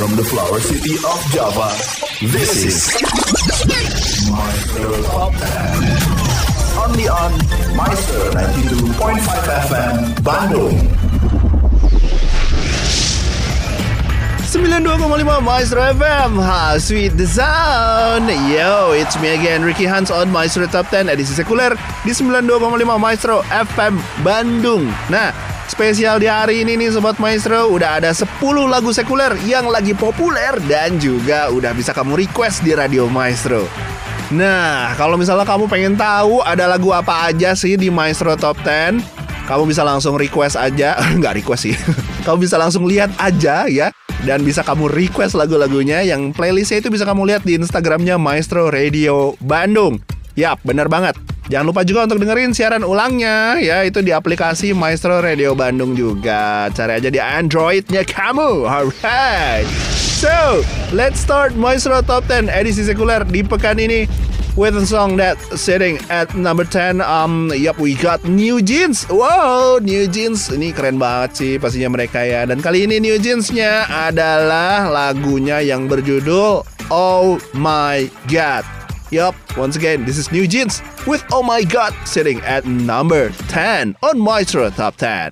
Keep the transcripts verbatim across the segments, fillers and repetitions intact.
from the flower city of Java, this is Maestro Top ten. Only on Maestro ninety-two point five F M Bandung. sembilan puluh dua koma lima Maestro F M. How sweet the sound. Yo, it's me again, Ricky Hans on Maestro Top ten edisi sekuler di sembilan puluh dua koma lima Maestro F M Bandung. Nah, spesial di hari ini nih Sobat Maestro, udah ada sepuluh lagu sekuler yang lagi populer dan juga udah bisa kamu request di Radio Maestro. Nah, kalau misalnya kamu pengen tahu ada lagu apa aja sih di Maestro Top ten, kamu bisa langsung request aja. Nggak request sih. Kamu bisa langsung lihat aja ya. Dan bisa kamu request lagu-lagunya. Yang playlistnya itu bisa kamu lihat di Instagramnya Maestro Radio Bandung. Yap, bener banget. Jangan lupa juga untuk dengerin siaran ulangnya ya, itu di aplikasi Maestro Radio Bandung juga. Cari aja di Androidnya kamu. Alright. So, let's start Maestro Top ten edisi sekuler di pekan ini with a song that sitting at number ten. Um, yup, we got New Jeans. Wow, New Jeans. Ini keren banget sih pastinya mereka ya. Dan kali ini New Jeans-nya adalah lagunya yang berjudul Oh My God. Yup, once again, this is New Jeans with Oh My God sitting at number ten on Maestro Top ten.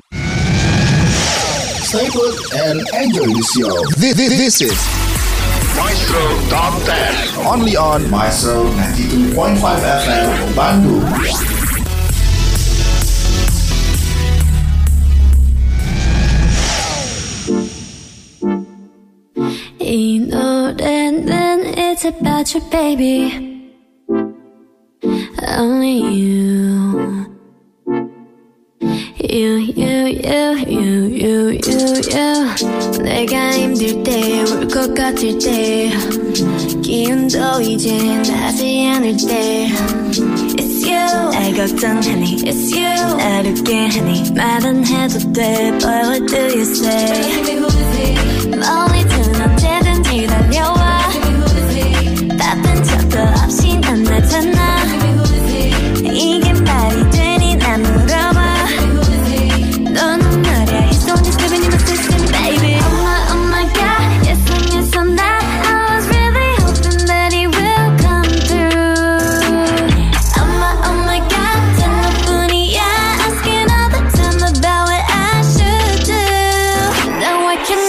Stay put and enjoy this show. This, this, this is Maestro Top ten. Only on Maestro ninety-two point five F M Bandung. You know that then it's about you, baby. Only you. You, you, you, you, you, you, you. 내가 힘들 때, 울 것 같을 때, 기운도 이제 나지 않을 때. It's you. 날 걱정하니, it's you. 날 웃게 하니, 말은 해도 돼, but what do you say? 멀리든 언제든지 달려와. 바쁜 척도 없이 난 나잖아. 이게 말이 되니 난 물어봐. 너는 말야, he's the one that's living in my system, baby. Oh my, oh my God, yes and yes and that. I was really hoping that he will come through. Oh my, oh my God, 단 너뿐이야. Asking all the time about what I should do. Now I can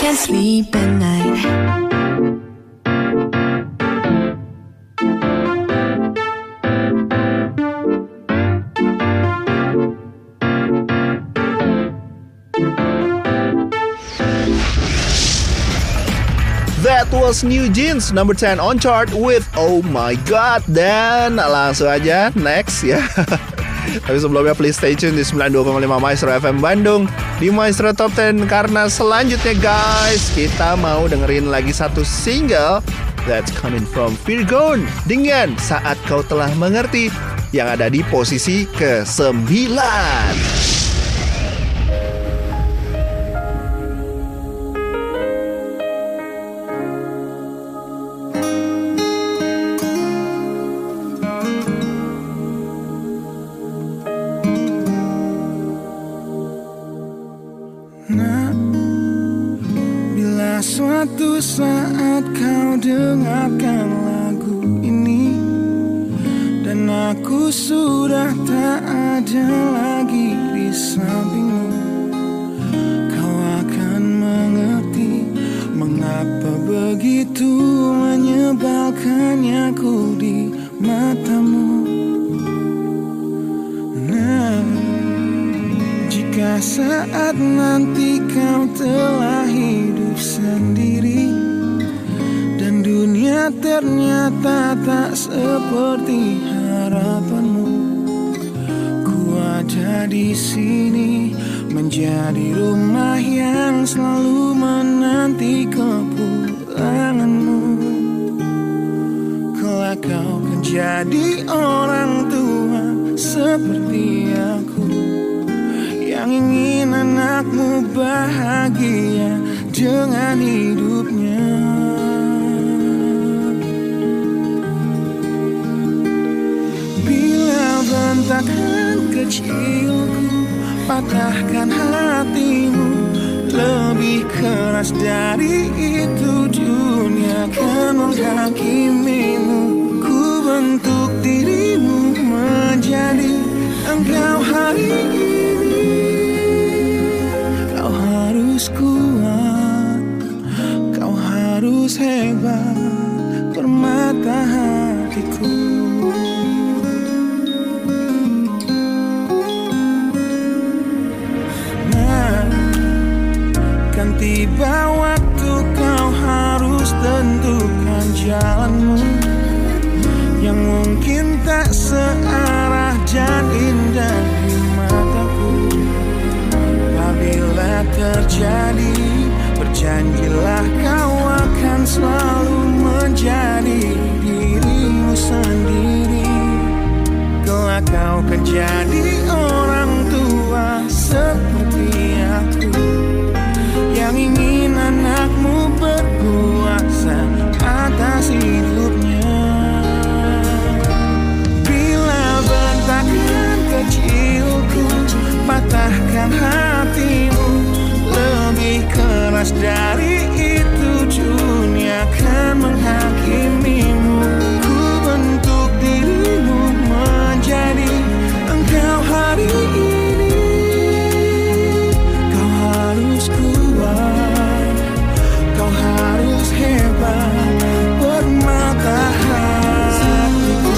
can't sleep at night. That was New Jeans number ten on chart with Oh My God. Dan langsung aja next ya. Tapi sebelumnya please stay tune di sembilan puluh dua koma lima Maestro F M Bandung di Maestro Top sepuluh, karena selanjutnya guys kita mau dengerin lagi satu single that's coming from Virgon dengan Saat Kau Telah Mengerti yang ada di posisi kesembilan. Suatu saat kau dengarkan lagu ini dan aku sudah tak ada lagi di sampingmu, kau akan mengerti mengapa begitu menyebalkannya ku di matamu. Nah, jika saat nanti kau telah hidup sendiri dan dunia ternyata tak seperti harapanmu, ku ada di sini menjadi rumah yang selalu menanti kepulanganmu. Kelak kau akan jadi orang tua seperti aku yang ingin anakmu bahagia dengan hidupnya. Bila bentakan kecilku patahkan hatimu, lebih keras dari itu dunia akan menghakimimu. Ku bentuk dirimu menjadi engkau hari ini. Kau harus kuat, kau harus hebat, permata hatiku. Nah, kan tiba waktu kau harus tentukan jalanmu yang mungkin tak searah dan indah di mataku. Apabila terjadi, berjanjilah kau akan selalu menjadi dirimu sendiri. Kelak kau akan jadi orang tua seperti aku yang ingin anakmu berkuasa atas hidupnya. Bila bentakan kecilku patahkan hatimu, lebih keras dari itu dunia akan menghakimimu. Ku bentuk dirimu menjadi engkau hari ini. Kau harus kuat, kau harus hebat, permata hatiku.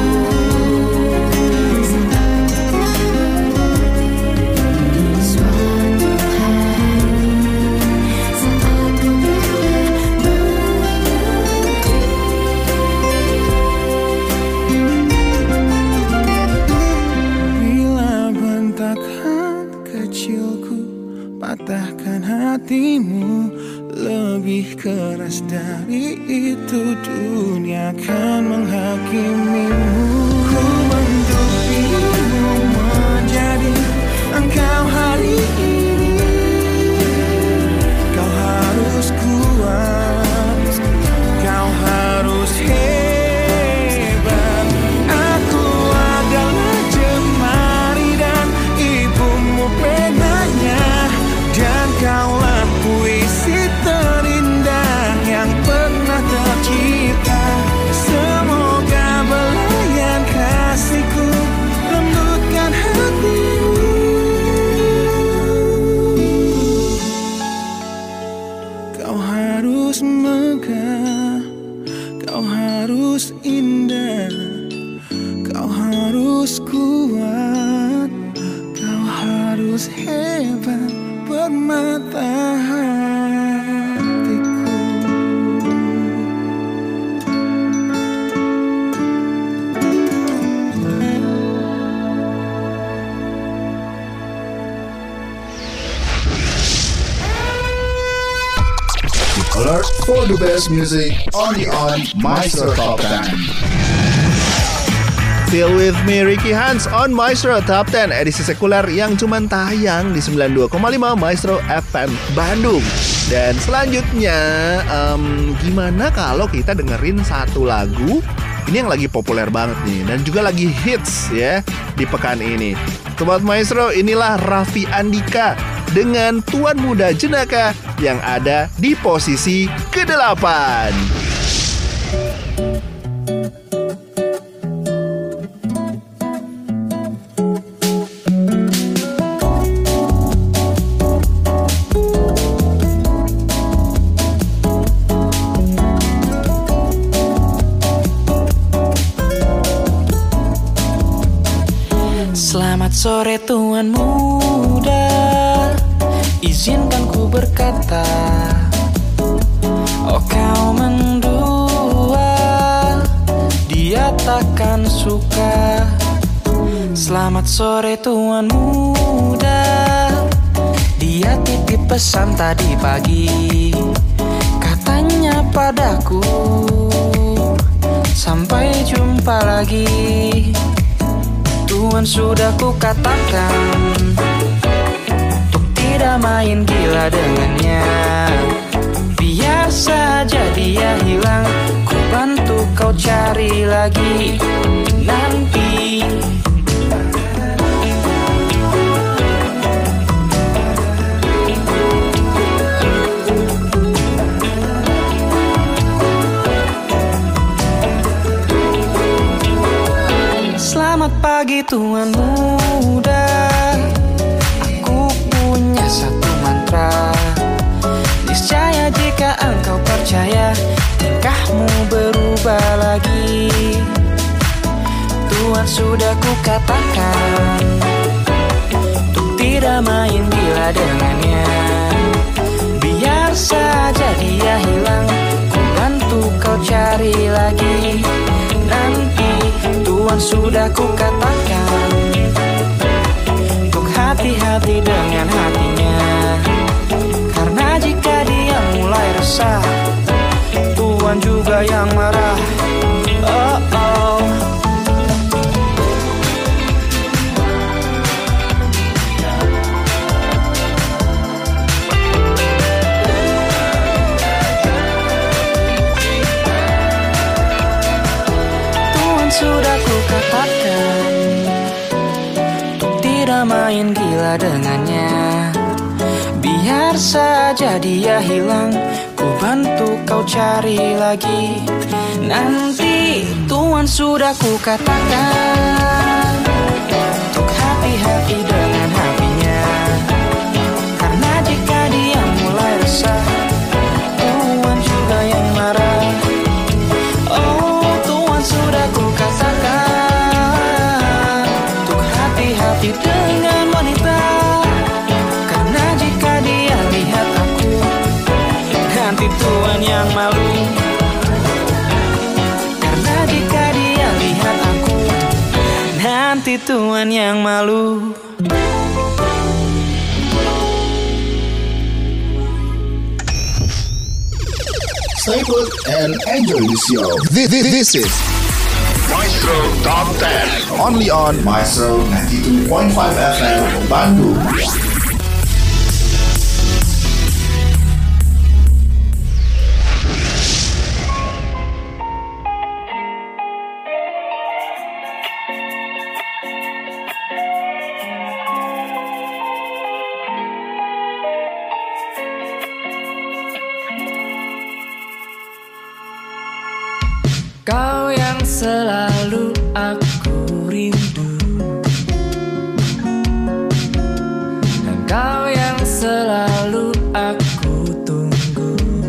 Patahkan hatimu, lebih keras dari itu dunia akan menghakimimu. Ku bentuk dirimu menjadi engkau hari ini. Kau harus kuat, kau harus hebat. Aku adalah jemari dan ibumu penanya, dan kaulah puisi terindah yang pernah tercipta. Semoga belayan kasih Kau harus megah, kau harus indah, kau harus kuat, kau harus hebat, permata hatiku. Alert for the best music only on Maestro Top ten. Still with me Ricky Hans on Maestro Top ten edisi sekuler yang cuman tayang di sembilan puluh dua koma lima Maestro F M Bandung. Dan selanjutnya um, gimana kalau kita dengerin satu lagu ini yang lagi populer banget nih dan juga lagi hits ya di pekan ini. Sobat Maestro, inilah Raffi Andika dengan Tuan Muda Jenaka yang ada di posisi kedelapan. Selamat sore Tuan Muda, izinkan ku berkata, oh kau mendua, dia takkan suka. Selamat sore Tuan Muda, dia titip pesan tadi pagi, katanya padaku, sampai jumpa lagi. Tuhan sudah ku katakan untuk tidak main gila dengannya. Biar saja dia hilang, ku bantu kau cari lagi nanti. Selamat pagi Tuan Muda, aku punya satu mantra. Niscaya jika engkau percaya, tingkahmu berubah lagi. Tuhan sudah ku katakan untuk tidak main gila dengannya. Biar saja dia hilang, ku bantu kau cari lagi nanti. Tuhan sudah ku katakan untuk hati-hati dengan hatinya, karena jika dia mulai resah, Tuhan juga yang marah. Oh oh. Sudah ku katakan untuk tidak main gila dengannya. Biar saja dia hilang, ku bantu kau cari lagi nanti. Tuhan sudah ku katakan untuk hati-hati dengan hatinya, karena jika dia mulai resah, Tuhan juga yang marah. Sudah ku katakan untuk hati-hati dengan wanita, karena jika dia lihat aku, nanti Tuhan yang malu. Karena jika dia lihat aku, nanti Tuhan yang malu. Stay put and enjoy the show. This, this, this is Maestro Top ten, only on Maestro ninety-two point five F M Bandung. Kau yang selalu aku rindu, dan kau yang selalu aku tunggu.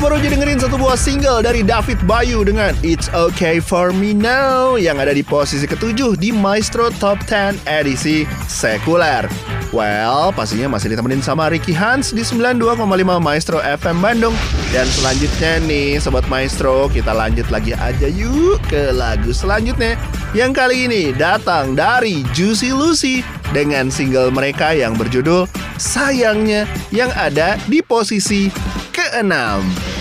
baru aja dengerin satu buah single dari David Bayu dengan It's Okay For Me Now yang ada di posisi ketujuh di Maestro Top sepuluh edisi sekuler. Well, pastinya masih ditemenin sama Ricky Hans di sembilan puluh dua koma lima Maestro F M Bandung. Dan selanjutnya nih Sobat Maestro, kita lanjut lagi aja yuk ke lagu selanjutnya, yang kali ini datang dari Juicy Lucy dengan single mereka yang berjudul Sayangnya, yang ada di posisi keenam.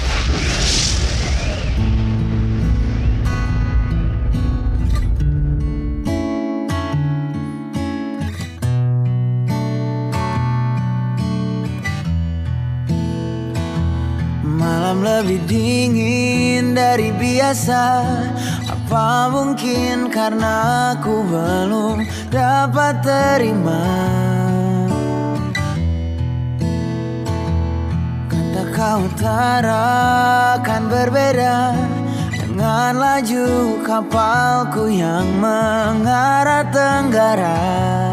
Malam lebih dingin dari biasa. Apa mungkin karena aku belum dapat terima? Kata kau utara kan berbeda dengan laju kapalku yang mengarah tenggara.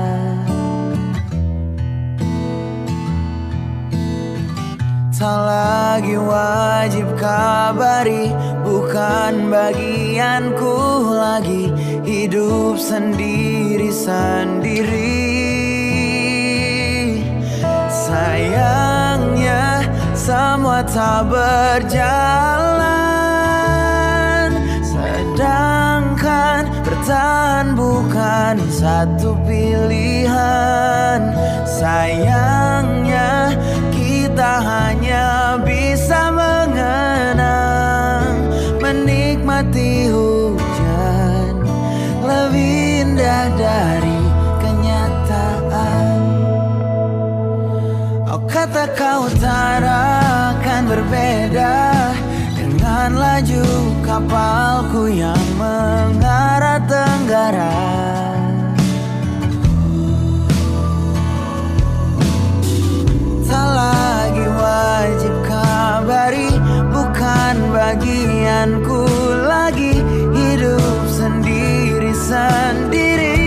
Tak lagi wajib kabari, bukan bagianku lagi hidup sendiri-sendiri. Sayangnya semua tak berjalan, sedangkan bertahan bukan satu pilihan. Sayangnya kita hanya bisa mengenang, menikmati hujan lebih indah dari kenyataan. Oh, kata kau utara kan berbeda dengan laju kapalku yang mengarah tenggara. Tak lagi wajib kabari, bukan bagianku lagi hidup sendiri-sendiri.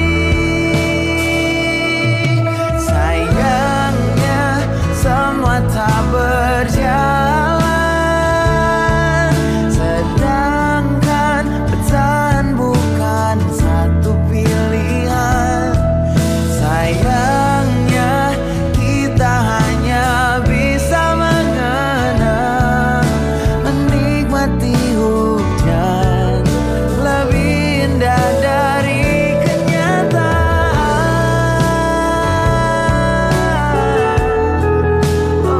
Sayangnya semua tak berjalan, sedangkan bertahan bukan satu pilihan. Sayangnya kita hanya bisa mengenang, menikmati hujan lebih indah dari kenyataan.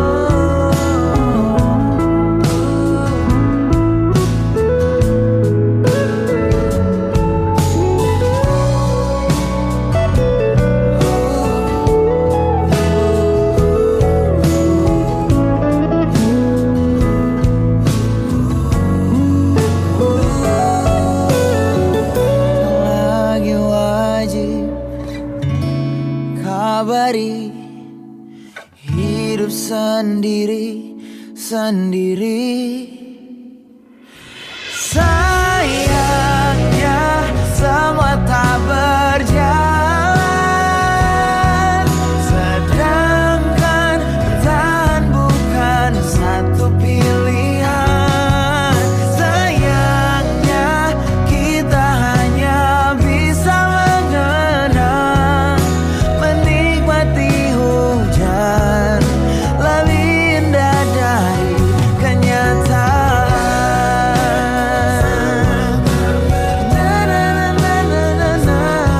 Lagi wajib kabari, hidup sendiri-sendiri. Sayangnya semua tak berjalan, sedangkan bertahan bukan satu pilihan. Sayangnya kita hanya bisa mengenang, menikmati hujan lebih indah dari kenyataan. Na, na, na, na, na, na.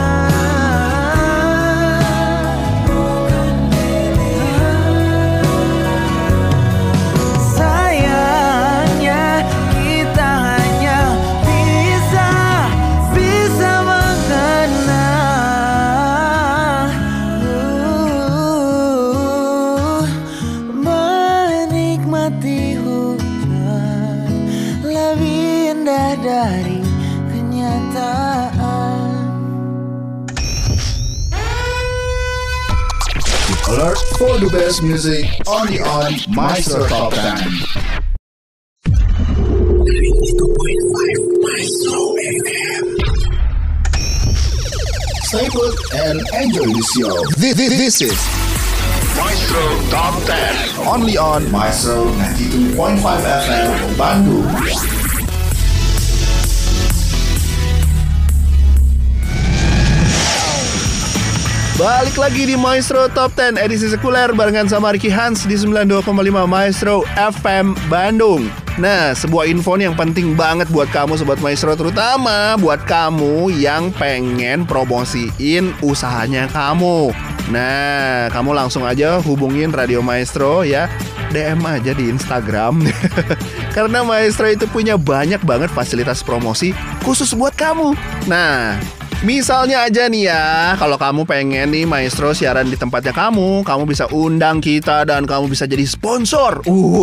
Sayangnya kita hanya bisa bisa mengenang, uh, menikmati hujan lebih indah dari kenyataan. Alert for the best music only on Maestro Top sepuluh. Stay put and enjoy the show. This, this, this is Maestro Top sepuluh. Only on Maestro sembilan puluh dua koma lima F M Bandung. Balik lagi di Maestro Top sepuluh edisi sekuler barengan sama Ricky Hans di sembilan puluh dua koma lima Maestro F M Bandung. Nah, sebuah info nih yang penting banget buat kamu Sobat Maestro, terutama buat kamu yang pengen promosiin usahanya kamu. Nah, kamu langsung aja hubungin Radio Maestro ya, D M aja di Instagram. Karena Maestro itu punya banyak banget fasilitas promosi khusus buat kamu. Nah, misalnya aja nih ya, kalau kamu pengen nih Maestro siaran di tempatnya kamu, kamu bisa undang kita dan kamu bisa jadi sponsor.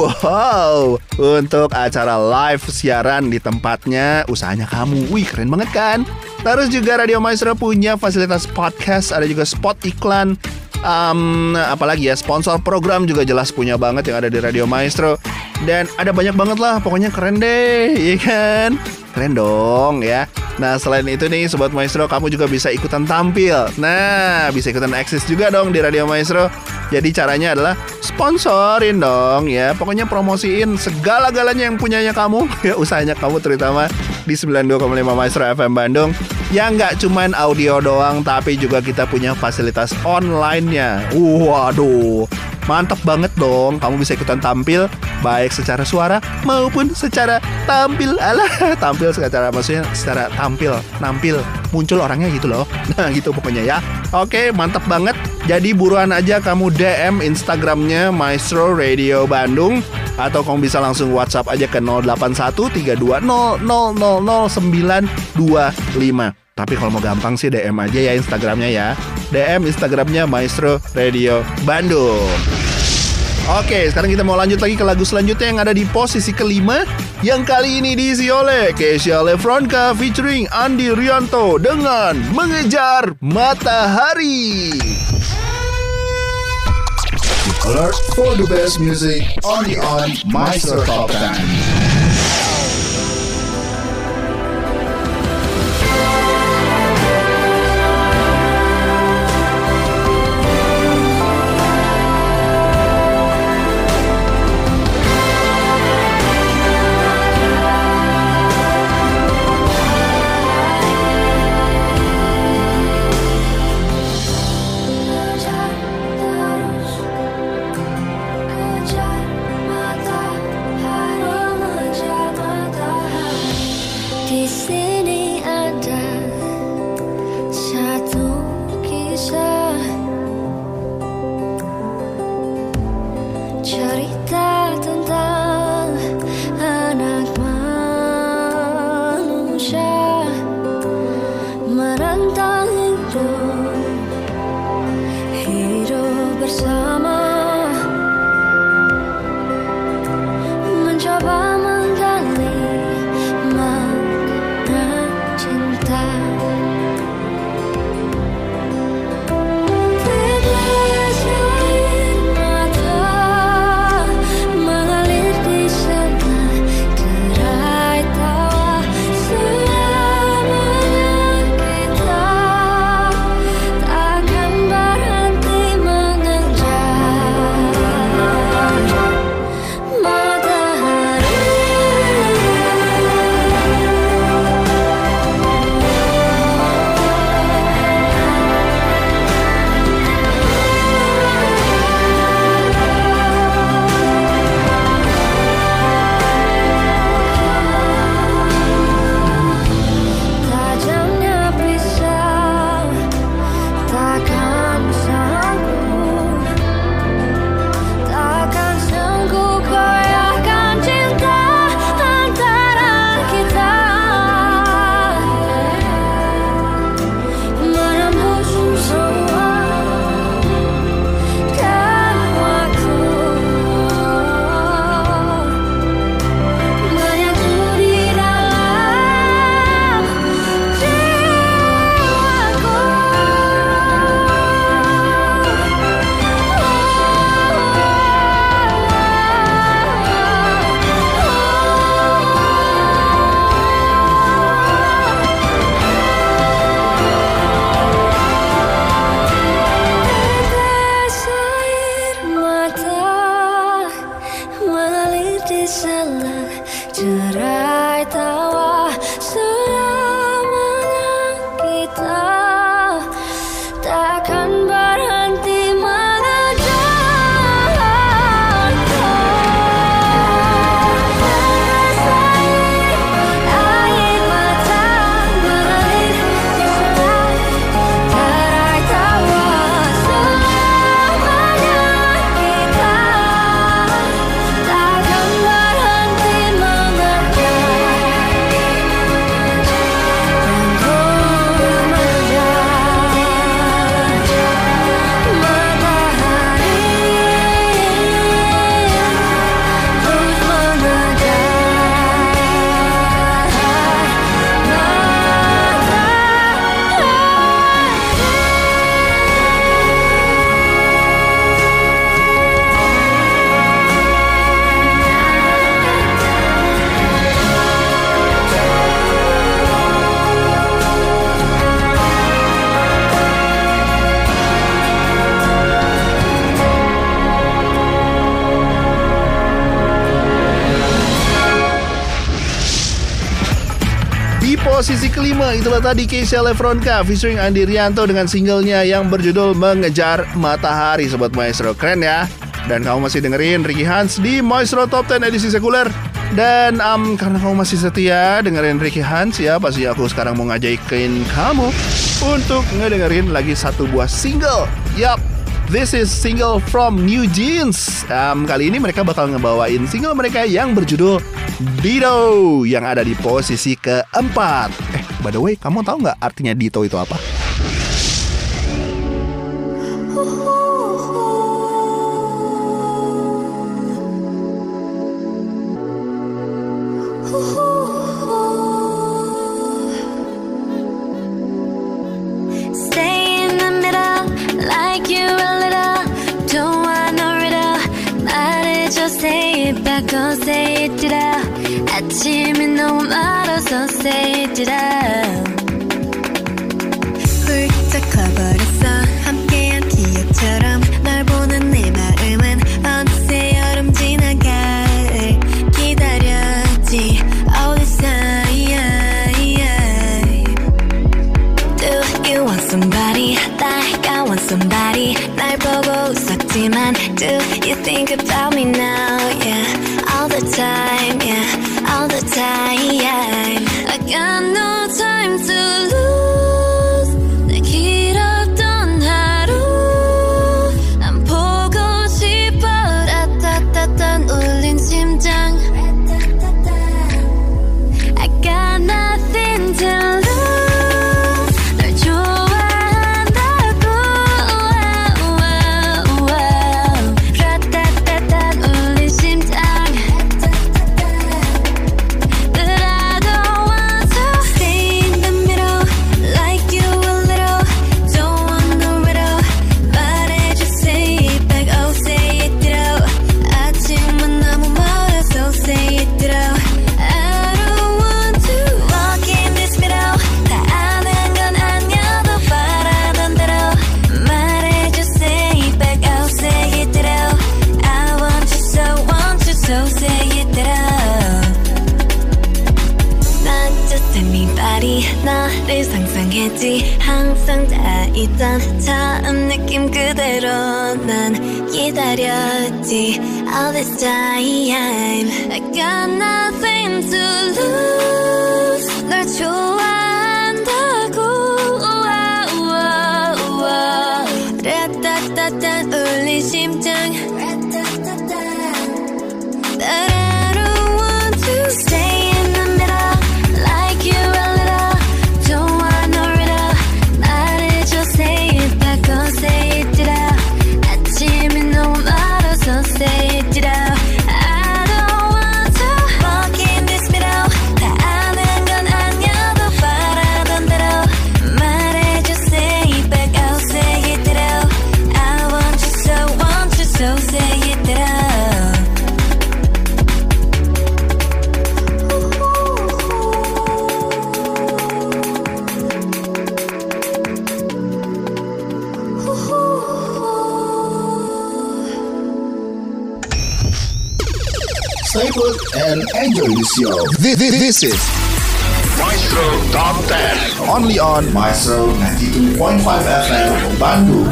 Wow, untuk acara live siaran di tempatnya usahanya kamu. Wih, keren banget kan? Terus juga Radio Maestro punya fasilitas podcast, ada juga spot iklan. Um, apalagi ya, sponsor program juga jelas punya banget yang ada di Radio Maestro. Dan ada banyak banget lah, pokoknya keren deh, iya kan? Keren dong ya. Nah, selain itu nih Sobat Maestro, kamu juga bisa ikutan tampil. Nah, bisa ikutan eksis juga dong di Radio Maestro. Jadi caranya adalah sponsorin dong ya. Pokoknya promosiin segala-galanya yang punyanya kamu ya, usahanya kamu terutama di sembilan puluh dua koma lima Maestro F M Bandung. Yang nggak cuman audio doang, tapi juga kita punya fasilitas online-nya. Waduh, mantap banget dong. Kamu bisa ikutan tampil baik secara suara maupun secara tampil. Alah, tampil secara maksudnya secara tampil, nampil, muncul orangnya gitu loh. Nah, gitu pokoknya ya. Oke, mantap banget. Jadi buruan aja kamu D M Instagramnya Maestro Radio Bandung, atau kamu bisa langsung WhatsApp aja ke nol delapan satu tiga dua nol nol nol nol sembilan dua lima. Tapi kalau mau gampang sih D M aja ya Instagramnya ya. D M Instagramnya Maestro Radio Bandung. Oke, sekarang kita mau lanjut lagi ke lagu selanjutnya yang ada di posisi kelima, yang kali ini diisi oleh Kesha Lefronka featuring Andi Rianto dengan Mengejar Matahari. Alert for the best music only on Maestro Top sepuluh. Mengejar matahari, mengejar posisi kelima, itulah tadi Keisha Lefronka featuring Andi Rianto dengan singlenya yang berjudul Mengejar Matahari. Sobat Maestro, keren ya. Dan kamu masih dengerin Ricky Hans di Maestro Top sepuluh edisi sekuler. Dan um, karena kamu masih setia dengerin Ricky Hans ya, pasti aku sekarang mau ngajakin kamu untuk ngedengerin lagi satu buah single. Yup, this is single from New Jeans. um, Kali ini mereka bakal ngebawain single mereka yang berjudul Ditto, yang ada di posisi keempat. Eh, by the way, kamu tahu nggak artinya Ditto itu apa? Go say it out. 아침이 너무 멀어서 say it out. 훌쩍 커버렸어. 함께한 기억처럼 널 보는 내 마음은 어느새 여름 지나갈 기다렸지. All this time. Do you want somebody like I want somebody? 날 보고 웃었지만 do you think about me now? Yeah. All the time, yeah, all the time. I got no time to lose. 내 길었던 하루 안 보고 싶어. 라따따따 울린 심장. I got nothing to lose. 널 좋아한다고. 라따따따 울린 심장. 나를 상상했지. 항상 다 있던 처음 느낌 그대로 난 기다렸지. All this time I got nothing to lose. 널 좋아한다고. 라따따따 울린 심장. But I don't want to stay in the middle like you a little. Don't want no riddle. 말해줘 say it back or say it out. 아침이 너무 멀어서 say it out. I don't want to walk in this middle. 다 아는 건 아니어도 바라던 대로 말해줘 say it back or say it out. I want you so want you so say it out. Stay put and enjoy this show. This, this, this is Maestro Top sepuluh. Only on Maestro ninety-two point five F M Bandung.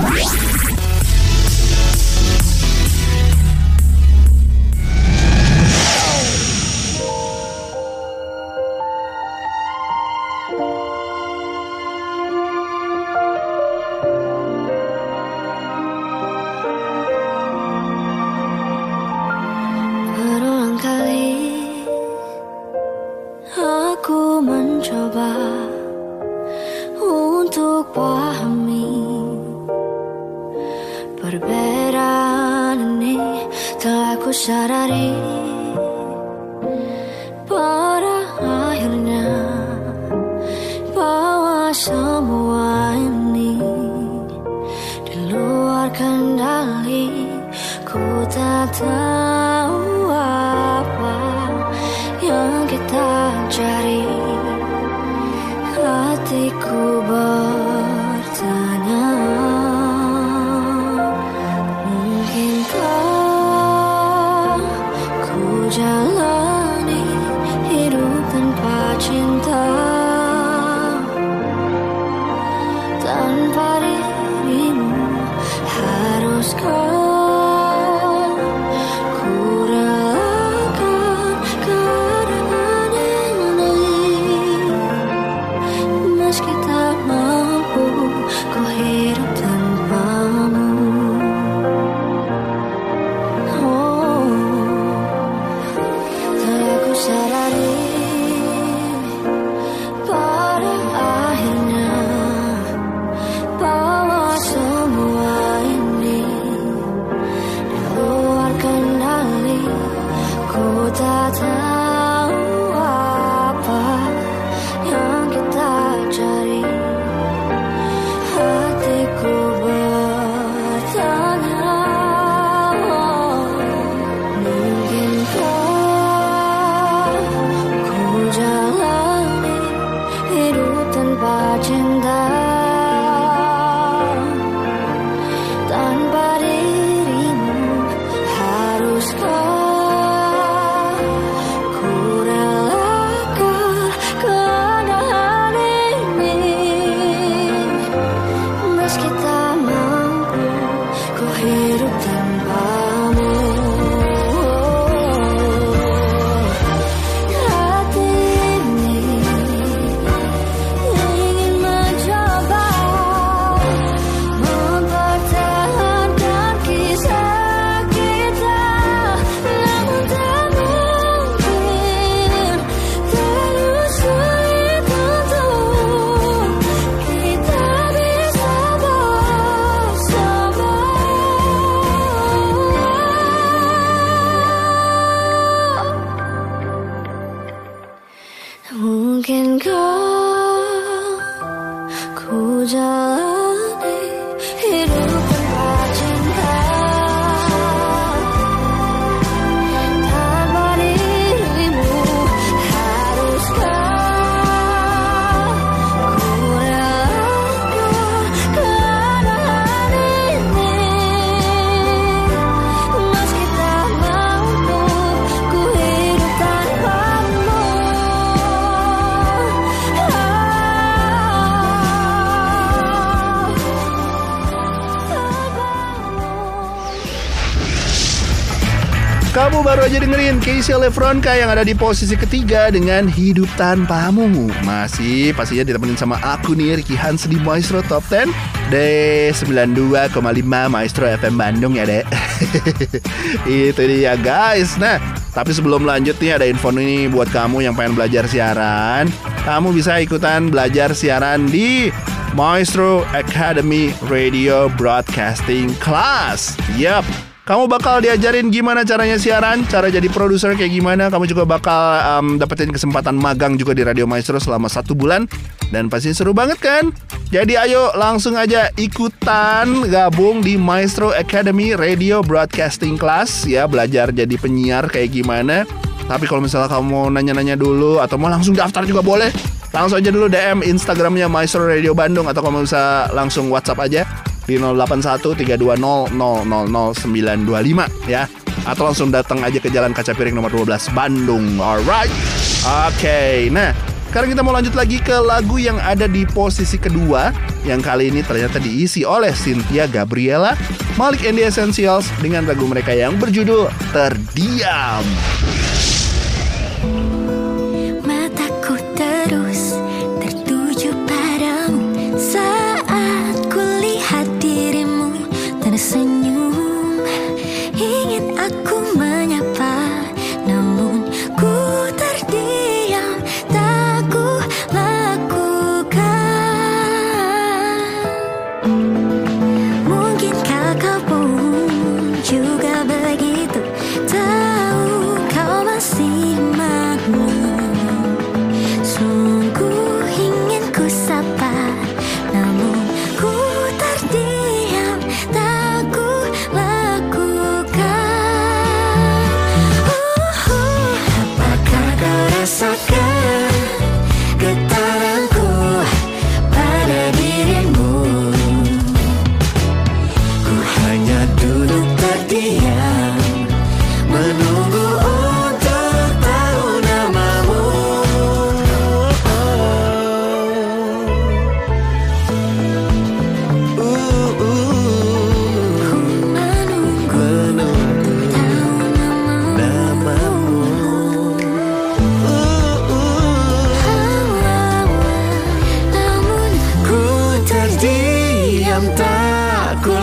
Sadari pada akhirnya bahwa semua ini di luar kendali. Ku tak tahu apa yang kita cari. Hatiku bertanya, mungkinkah ku meski tak mampu ku hidup tanpamu. Hati ini ingin mencoba mempertahankan kisah kita, namun tak mungkin, terlalu sulit untuk kita bisa bersama. Mungkinkah ku jalani hidup tanpa cinta, tanpa dirimu? Haruskah ku relakan keadaan ini, meski tak mampu ku hidup tanpamu. Kamu baru aja dengerin Casey Lefronka yang ada di posisi ketiga dengan Hidup Tanpamu. Masih pastinya ditemenin sama aku nih, Ricky Hans di Maestro Top sepuluh di sembilan puluh dua koma lima Maestro F M Bandung ya dek. Itu dia guys. Nah, tapi sebelum lanjut nih ada info nih buat kamu yang pengen belajar siaran. Kamu bisa ikutan belajar siaran di Maestro Academy Radio Broadcasting Class. Yup. Kamu bakal diajarin gimana caranya siaran, cara jadi produser kayak gimana. Kamu juga bakal um, dapetin kesempatan magang juga di Radio Maestro selama satu bulan. Dan pasti seru banget kan? Jadi ayo langsung aja ikutan gabung di Maestro Academy Radio Broadcasting Class ya. Belajar jadi penyiar kayak gimana. Tapi kalau misalnya kamu mau nanya-nanya dulu atau mau langsung daftar juga boleh. Langsung aja dulu D M Instagramnya Maestro Radio Bandung. Atau kamu bisa langsung WhatsApp aja di nol delapan satu tiga dua nol nol nol nol sembilan dua lima ya. Atau langsung datang aja ke Jalan Kaca Piring nomor dua belas Bandung. Alright. Oke, okay. Nah sekarang kita mau lanjut lagi ke lagu yang ada di posisi kedua, yang kali ini ternyata diisi oleh Cynthia Gabriela, Malik and the Essentials dengan lagu mereka yang berjudul Terdiam. Mataku terus tertuju padamu saat kulihat dirimu tersenyum. Ingin aku menyapa, namun ku terdiam, tak ku lakukan. Mungkinkah kau pun juga begitu, tahu kau masih maklum. Sungguh ingin ku sapa, namun ku terdiam, tak ku lakukan. Uh-huh. Apakah kau rasakan getaranku pada dirimu? Ku hanya duduk terdiam, menunggu untuk tahu namamu. Ku menunggu tahu namamu. Namun ku terdiam, tak ku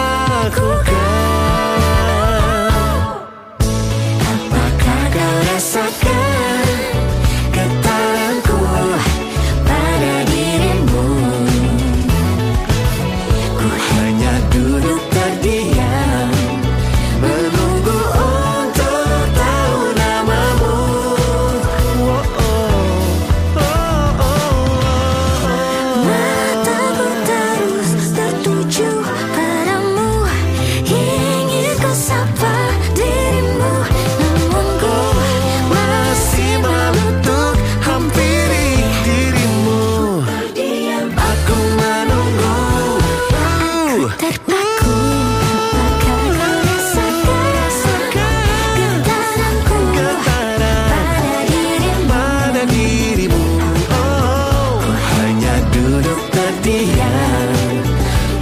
lakukan. Apakah kau rasakan getaranku pada dirimu? Ku hanya duduk terdiam, menunggu untuk tahu namamu. Mataku terus tertuju padamu, ingin ku sapa dirimu, namun ku masih malu untuk hampiri dirimu. Aku menunggu, terpaku. Apakah kau rasakan getaranku pada dirimu? Ku hanya duduk terdiam,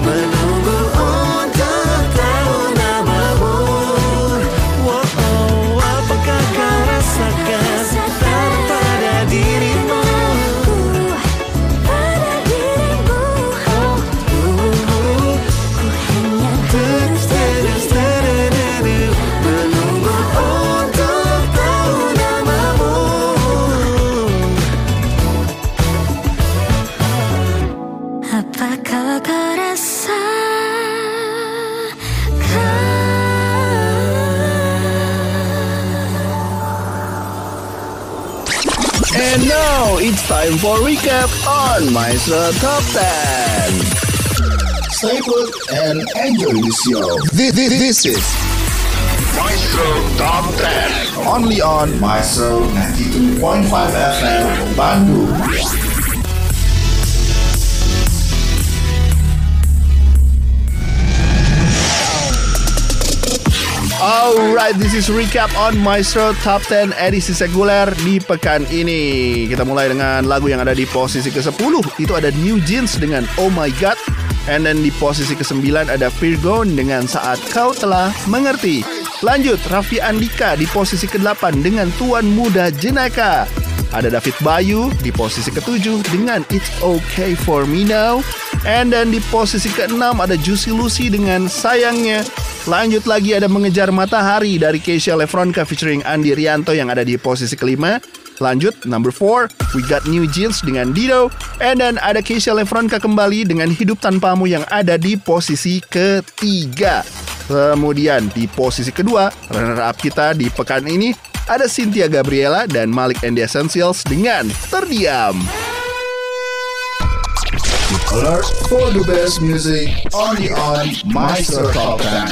Now it's time for recap on Maestro Top ten. Stay put and enjoy the show. This, this, this is Maestro Top ten. Only on Maestro ninety-two point five F M Bandung. Alright, this is recap on Maestro Top ten edisi sekuler di pekan ini. Kita mulai dengan lagu yang ada di posisi kesepuluh. Itu ada New Jeans dengan Oh My God. And then di posisi kesembilan ada Virgon dengan Saat Kau Telah Mengerti. Lanjut, Raffi Andika di posisi kedelapan dengan Tuan Muda Jenaka. Ada David Bayu di posisi ketujuh dengan It's Okay For Me Now. And then di posisi keenam ada Juicy Lucy dengan Sayangnya. Lanjut lagi ada Mengejar Matahari dari Keisha Lefronka featuring Andi Rianto yang ada di posisi kelima. Lanjut, number four, we got New Jeans dengan Dido. And then ada Keisha Lefronka kembali dengan Hidup Tanpamu yang ada di posisi ketiga. Kemudian di posisi kedua, runner up kita di pekan ini ada Cynthia Gabriela dan Malik and the Essentials dengan Terdiam. Alert for the best music only on Maestro Top ten.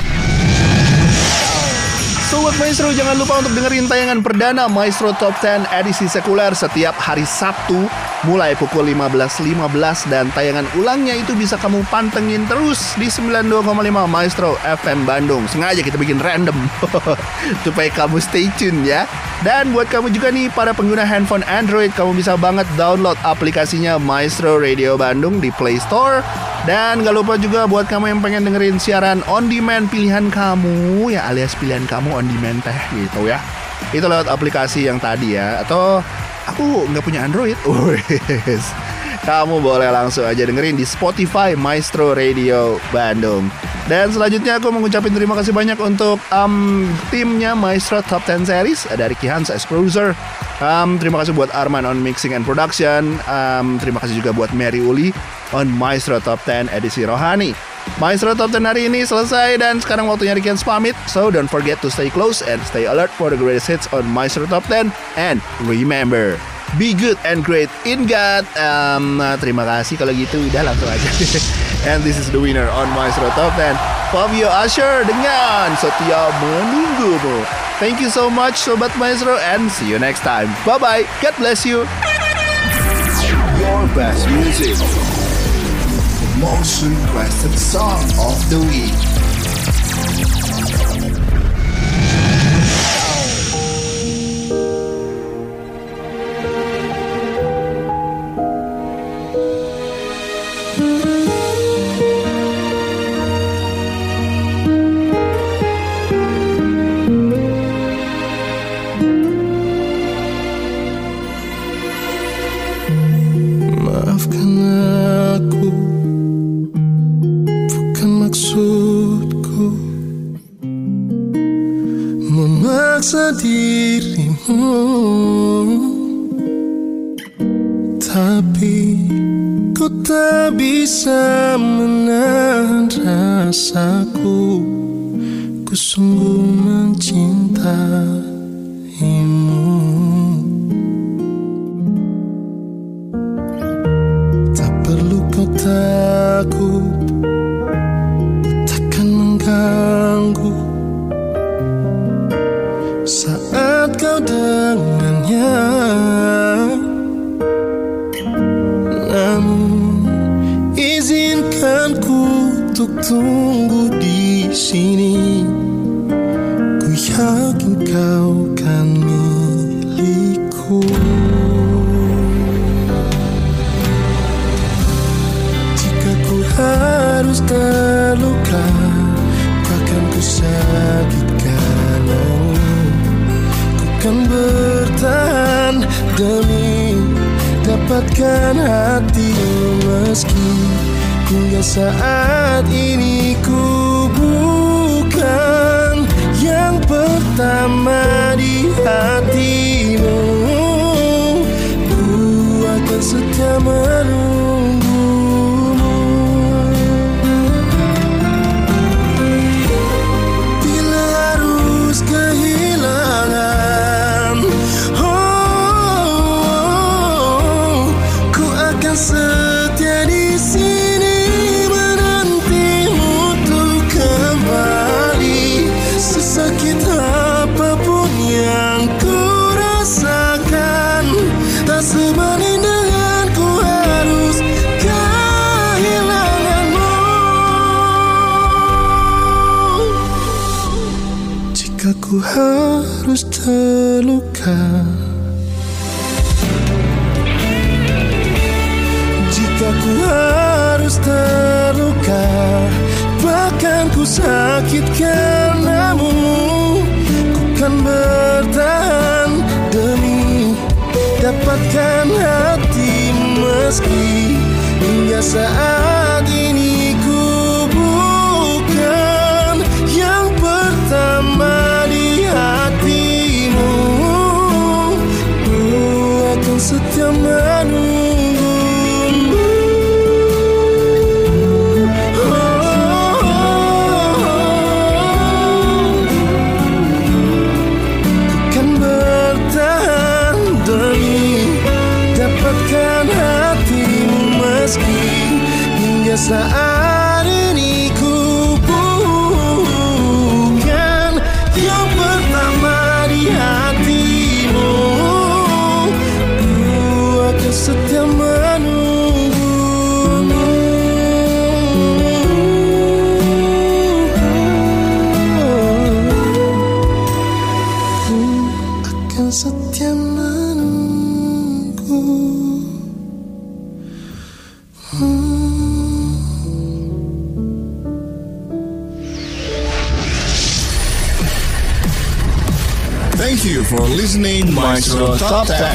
Sobat Maestro, jangan lupa untuk dengerin tayangan perdana Maestro Top ten edisi sekuler setiap hari Sabtu mulai pukul lima belas lima belas dan tayangan ulangnya itu bisa kamu pantengin terus di sembilan puluh dua koma lima Maestro F M Bandung. Sengaja kita bikin random supaya kamu stay tune ya. Dan buat kamu juga nih para pengguna handphone Android, kamu bisa banget download aplikasinya Maestro Radio Bandung di Play Store. Dan gak lupa juga buat kamu yang pengen dengerin siaran on demand pilihan kamu, ya alias pilihan kamu on demand teh gitu ya, itu lewat aplikasi yang tadi ya. Atau aku gak punya Android, Uwes, kamu boleh langsung aja dengerin di Spotify Maestro Radio Bandung. Dan selanjutnya aku mengucapkan terima kasih banyak untuk um, timnya Maestro Top ten Series. Ada Ricky Hans as producer. um, Terima kasih buat Arman on mixing and production. um, Terima kasih juga buat Mary Uli on Maestro Top ten edisi Rohani. Maestro Top ten hari ini selesai dan sekarang waktunya Ricky Hans pamit. So don't forget to stay close and stay alert for the greatest hits on Maestro Top ten. And remember, be good and great in God. um, nah, Terima kasih kalau gitu, udah langsung aja. And this is the winner on Maestro Top ten, Fabio Asher dengan Setia Menunggumu. Thank you so much Sobat Maestro and see you next time. Bye-bye, God bless you. Your best music, most requested song of the week. Maafkan aku, bukan maksudku memaksa dirimu, tapi ku tak bisa menahan rasaku. Ku sungguh mencintaimu. Takut takkan mengganggu saat kau dengannya. Namun izinkan ku untuk tunggu di sini. Ku yakin kau kan milikku. Harus terluka, takkan ku sakitkanmu. Ku kan bertahan demi dapatkan hatimu, meski hingga saat ini ku bukan yang pertama di hatimu. Ku akan setia menunggu. Kehilangan, oh, oh, ku harus terluka, jika ku harus terluka, bahkan ku sakit karenamu, ku kan bertahan demi dapatkan hati meski hingga saat ini ku bukan yang pertama di hatimu. Ku akan setia menunggumu. Ku kan bertahan demi dapatkan hatimu meski hingga saat ini ku bukan yang pertama di hatimu. Ku akan setia menunggumu. Ku akan setia menunggu. Thank you for listening Maestro Top ten.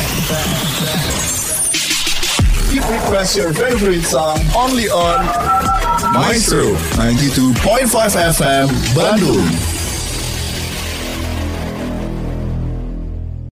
Keep request your favorite song only on Maestro ninety-two point five F M Bandung.